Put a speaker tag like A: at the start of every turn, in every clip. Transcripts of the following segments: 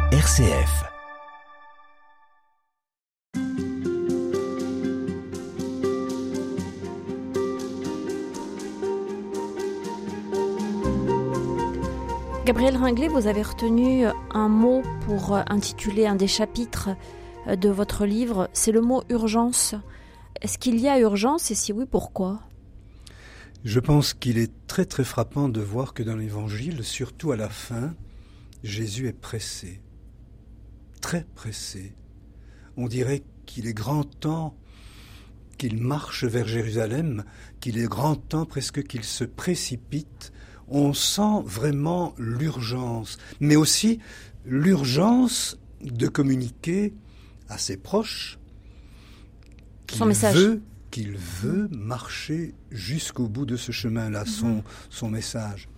A: RCF.
B: Gabriel Ringlet, vous avez retenu un mot pour intituler un des chapitres de votre livre, c'est le mot urgence. Est-ce qu'il y a urgence et si oui, pourquoi ?
C: Je pense qu'il est très très frappant de voir que dans l'Évangile, surtout à la fin, Jésus est pressé, très pressé. On dirait qu'il est grand temps qu'il marche vers Jérusalem, qu'il est grand temps presque qu'il se précipite. On sent vraiment l'urgence, mais aussi l'urgence de communiquer à ses proches qu'il veut marcher jusqu'au bout de ce chemin-là, son message.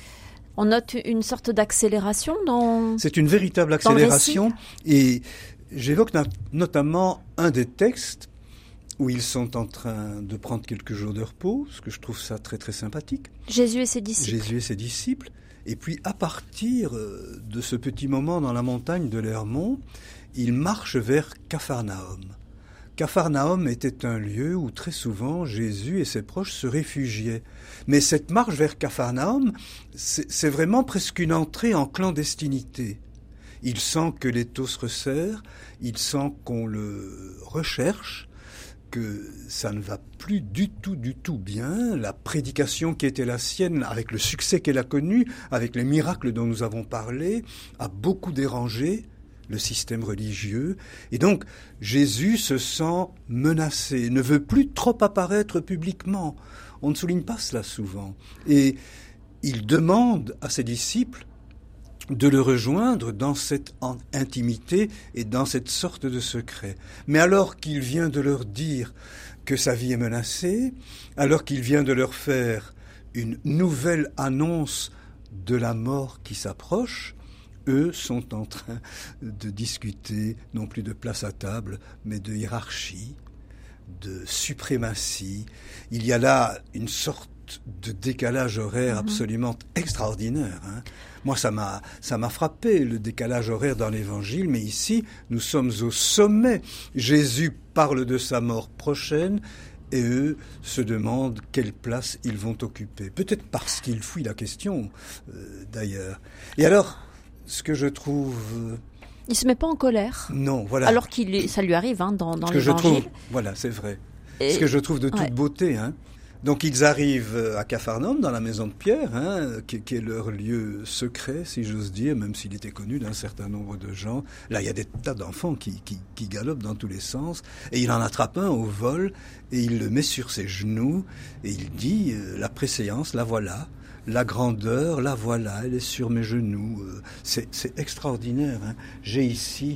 B: On note une sorte d'accélération dans...
C: C'est une véritable accélération, et j'évoque notamment un des textes où ils sont en train de prendre quelques jours de repos, ce que je trouve ça très très sympathique.
B: Jésus et ses disciples. Et puis à partir de ce petit moment dans la montagne de l'Hermon, ils marchent vers Capharnaüm. Capharnaüm était un lieu où très souvent Jésus et ses proches se réfugiaient. Mais cette marche vers Capharnaüm, c'est vraiment presque une entrée en clandestinité. Il sent que l'étau se resserre, il sent qu'on le recherche, que ça ne va plus du tout bien. La prédication qui était la sienne, avec le succès qu'elle a connu, avec les miracles dont nous avons parlé, a beaucoup dérangé le système religieux. Et donc, Jésus se sent menacé, ne veut plus trop apparaître publiquement. On ne souligne pas cela souvent. Et il demande à ses disciples de le rejoindre dans cette intimité et dans cette sorte de secret. Mais alors qu'il vient de leur dire que sa vie est menacée, alors qu'il vient de leur faire une nouvelle annonce de la mort qui s'approche, eux sont en train de discuter non plus de place à table, mais de hiérarchie, de suprématie. Il y a là une sorte de décalage horaire absolument extraordinaire. Moi, ça m'a frappé, le décalage horaire dans l'Évangile, mais ici, nous sommes au sommet. Jésus parle de sa mort prochaine, et eux se demandent quelle place ils vont occuper. Peut-être parce qu'ils fuient la question, d'ailleurs. Et alors, ce que je trouve... Il se met pas en colère.
C: Non, voilà.
B: Alors ça lui arrive dans l'Évangile.
C: Voilà, c'est vrai. Ce que je trouve de toute beauté, Donc ils arrivent à Capharnaüm, dans la maison de Pierre, qui est leur lieu secret, si j'ose dire, même s'il était connu d'un certain nombre de gens. Là, il y a des tas d'enfants qui galopent dans tous les sens, et il en attrape un au vol, et il le met sur ses genoux, et il dit, la préséance, la voilà, la grandeur, la voilà, elle est sur mes genoux. C'est extraordinaire. J'ai ici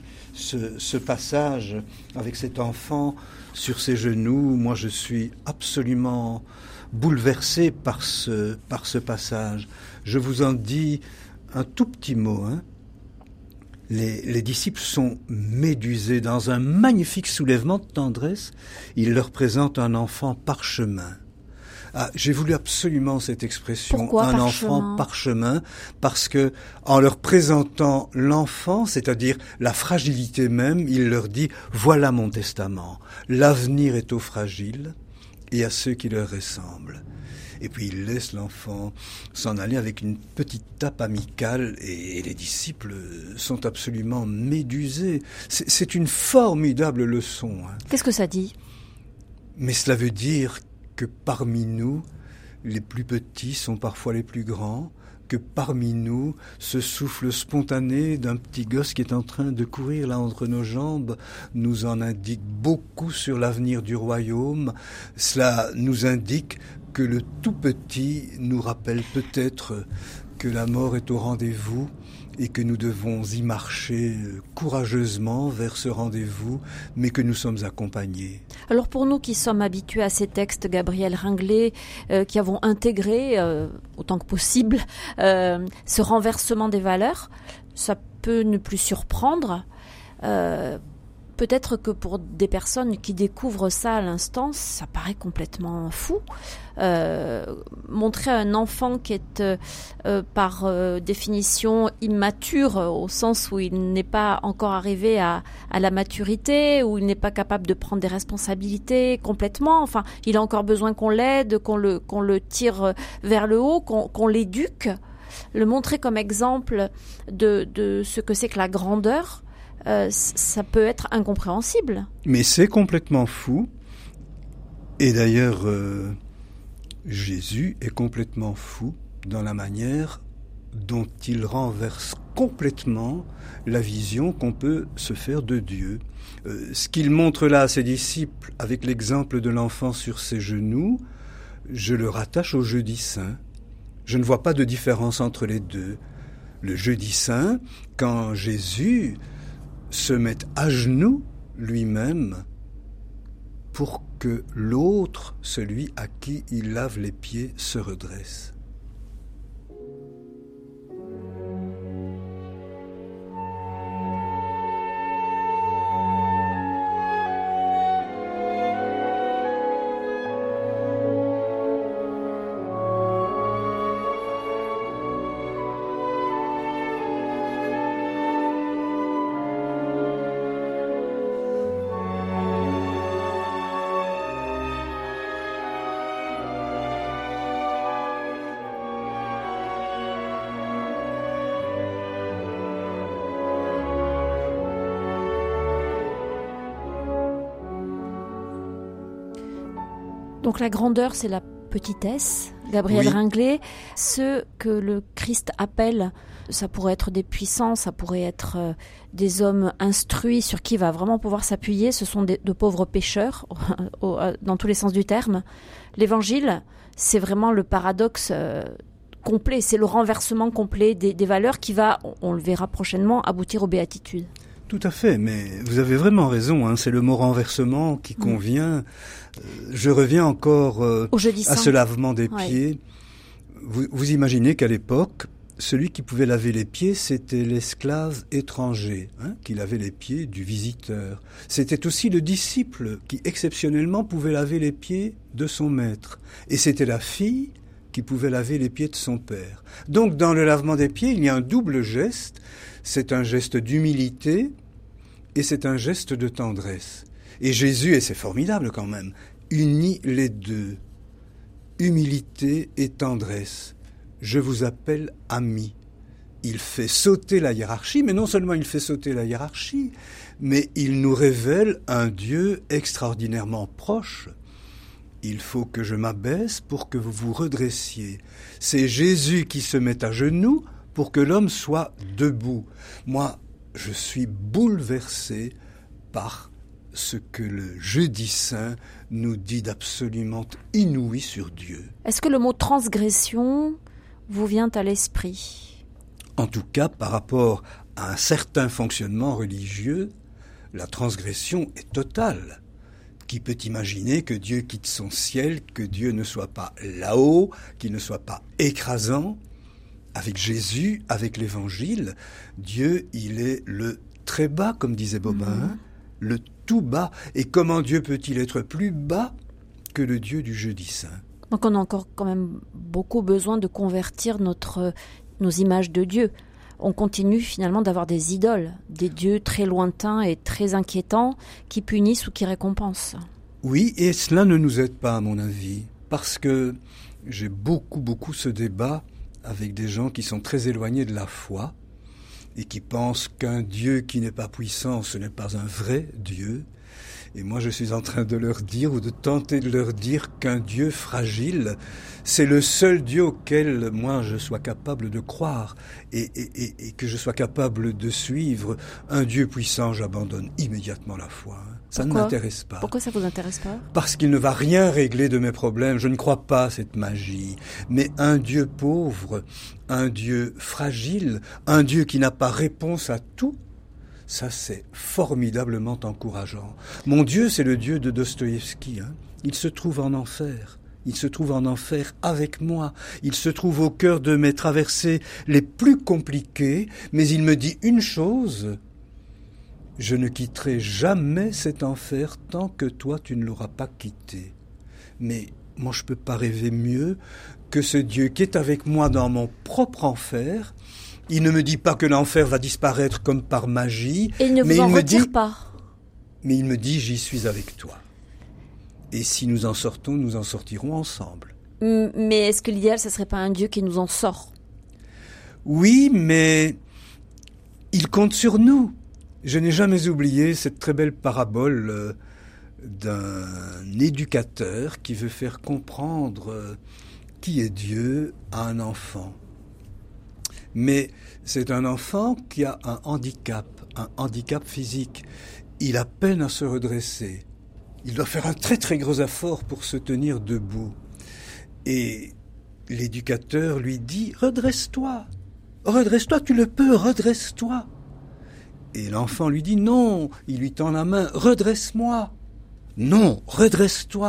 C: ce passage avec cet enfant sur ses genoux. Moi, je suis absolument bouleversé par ce passage. Je vous en dis un tout petit mot. Les disciples sont médusés dans un magnifique soulèvement de tendresse. Il leur présente un enfant parchemin. J'ai voulu absolument cette expression.
B: Pourquoi
C: un enfant parchemin, parce que en leur présentant l'enfant, c'est-à-dire la fragilité même, il leur dit « Voilà mon testament, l'avenir est aux fragiles et à ceux qui leur ressemblent ». Et puis il laisse l'enfant s'en aller avec une petite tape amicale, et les disciples sont absolument médusés. C'est une formidable leçon.
B: Qu'est-ce que ça dit ?
C: Mais cela veut dire que parmi nous, les plus petits sont parfois les plus grands, que parmi nous, ce souffle spontané d'un petit gosse qui est en train de courir là entre nos jambes nous en indique beaucoup sur l'avenir du royaume. Cela nous indique que le tout petit nous rappelle peut-être que la mort est au rendez-vous et que nous devons y marcher courageusement vers ce rendez-vous, mais que nous sommes accompagnés.
B: Alors pour nous qui sommes habitués à ces textes, Gabriel Ringlet, qui avons intégré autant que possible ce renversement des valeurs, ça peut ne plus surprendre.
A: peut-être que pour des personnes qui découvrent ça à l'instant, ça paraît complètement fou. Montrer à un enfant qui est par définition immature, au sens où il n'est pas encore arrivé à la maturité, où il n'est pas capable de prendre des responsabilités complètement, enfin, il a encore besoin qu'on l'aide, qu'on le tire vers le haut, qu'on l'éduque. Le montrer comme exemple de ce que c'est que la grandeur, ça peut être incompréhensible.
B: Mais c'est complètement fou. Et d'ailleurs, Jésus est complètement fou dans la manière dont il renverse complètement la vision qu'on peut se faire de Dieu. Ce qu'il montre là à ses disciples, avec l'exemple de l'enfant sur ses genoux, je le rattache au jeudi saint. Je ne vois pas de différence entre les deux. Le jeudi saint, quand Jésus se met à genoux lui-même pour que l'autre, celui à qui il lave les pieds, se redresse.
A: Donc la grandeur, c'est la petitesse. Gabriel Ringlet, ce que le Christ appelle, ça pourrait être des puissants, ça pourrait être des hommes instruits sur qui il va vraiment pouvoir s'appuyer. Ce sont de pauvres pécheurs, dans tous les sens du terme. L'évangile, c'est vraiment le paradoxe complet, c'est le renversement complet des valeurs qui va, on le verra prochainement, aboutir aux béatitudes.
B: Tout à fait, mais vous avez vraiment raison, hein, c'est le mot renversement qui convient. Je reviens encore à ce lavement des pieds. Vous imaginez qu'à l'époque, celui qui pouvait laver les pieds, c'était l'esclave étranger, qui lavait les pieds du visiteur. C'était aussi le disciple qui, exceptionnellement, pouvait laver les pieds de son maître. Et c'était la fille qui pouvait laver les pieds de son père. Donc, dans le lavement des pieds, il y a un double geste. C'est un geste d'humilité et c'est un geste de tendresse. Et Jésus, et c'est formidable quand même, unit les deux. Humilité et tendresse. Je vous appelle ami. Il fait sauter la hiérarchie, mais non seulement il fait sauter la hiérarchie, mais il nous révèle un Dieu extraordinairement proche. Il faut que je m'abaisse pour que vous vous redressiez. C'est Jésus qui se met à genoux pour que l'homme soit debout. Moi, je suis bouleversé par ce que le jeudi saint nous dit d'absolument inouï sur Dieu.
A: Est-ce que le mot transgression vous vient à l'esprit ?
B: En tout cas, par rapport à un certain fonctionnement religieux, la transgression est totale. Qui peut imaginer que Dieu quitte son ciel, que Dieu ne soit pas là-haut, qu'il ne soit pas écrasant ? Avec Jésus, avec l'Évangile, Dieu, il est le très bas, comme disait Bobin, le tout bas. Et comment Dieu peut-il être plus bas que le Dieu du jeudi saint ?
A: Donc on a encore quand même beaucoup besoin de convertir nos images de Dieu. On continue finalement d'avoir des idoles, des dieux très lointains et très inquiétants qui punissent ou qui récompensent.
B: Oui, et cela ne nous aide pas à mon avis, parce que j'ai beaucoup ce débat avec des gens qui sont très éloignés de la foi et qui pensent qu'un Dieu qui n'est pas puissant, ce n'est pas un vrai Dieu. Et moi, je suis en train de leur dire, ou de tenter de leur dire, qu'un Dieu fragile, c'est le seul Dieu auquel moi je sois capable de croire et que je sois capable de suivre. Un Dieu puissant, j'abandonne immédiatement la foi. Ça ne m'intéresse pas.
A: Pourquoi ça vous intéresse pas ?
B: Parce qu'il ne va rien régler de mes problèmes. Je ne crois pas à cette magie. Mais un Dieu pauvre, un Dieu fragile, un Dieu qui n'a pas réponse à tout, ça, c'est formidablement encourageant. Mon Dieu, c'est le Dieu de Dostoïevski. Il se trouve en enfer. Il se trouve en enfer avec moi. Il se trouve au cœur de mes traversées les plus compliquées. Mais il me dit une chose. je ne quitterai jamais cet enfer tant que toi tu ne l'auras pas quitté. Mais moi je ne peux pas rêver mieux que ce Dieu qui est avec moi dans mon propre enfer. Il ne me dit pas que l'enfer va disparaître comme par magie.
A: Et il ne vous en retire pas.
B: Mais il me dit, j'y suis avec toi. Et si nous en sortons, nous en sortirons ensemble.
A: Mais est-ce que l'idéal, ce ne serait pas un Dieu qui nous en sort?
B: Oui, mais il compte sur nous. Je n'ai jamais oublié cette très belle parabole d'un éducateur qui veut faire comprendre qui est Dieu à un enfant. Mais c'est un enfant qui a un handicap physique. Il a peine à se redresser. Il doit faire un très très gros effort pour se tenir debout. Et l'éducateur lui dit « Redresse-toi, redresse-toi, tu le peux, redresse-toi ». Et l'enfant lui dit « Non », il lui tend la main « Redresse-moi ». « Non, redresse-toi ».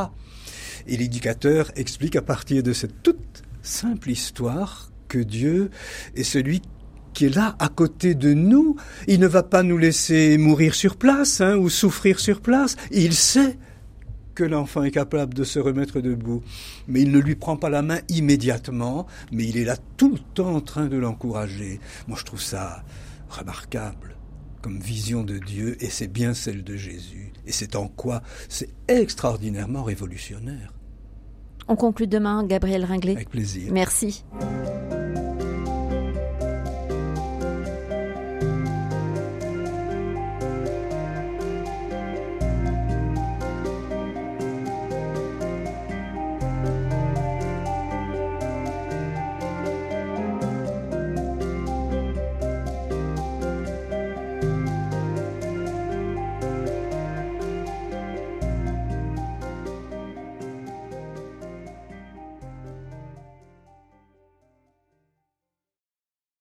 B: Et l'éducateur explique à partir de cette toute simple histoire que Dieu est celui qui est là à côté de nous. Il ne va pas nous laisser mourir sur place ou souffrir sur place. Il sait que l'enfant est capable de se remettre debout. Mais il ne lui prend pas la main immédiatement, mais il est là tout le temps en train de l'encourager. Moi, je trouve ça remarquable comme vision de Dieu, et c'est bien celle de Jésus. Et c'est en quoi c'est extraordinairement révolutionnaire.
A: On conclut demain, Gabriel Ringlet.
B: Avec plaisir.
A: Merci.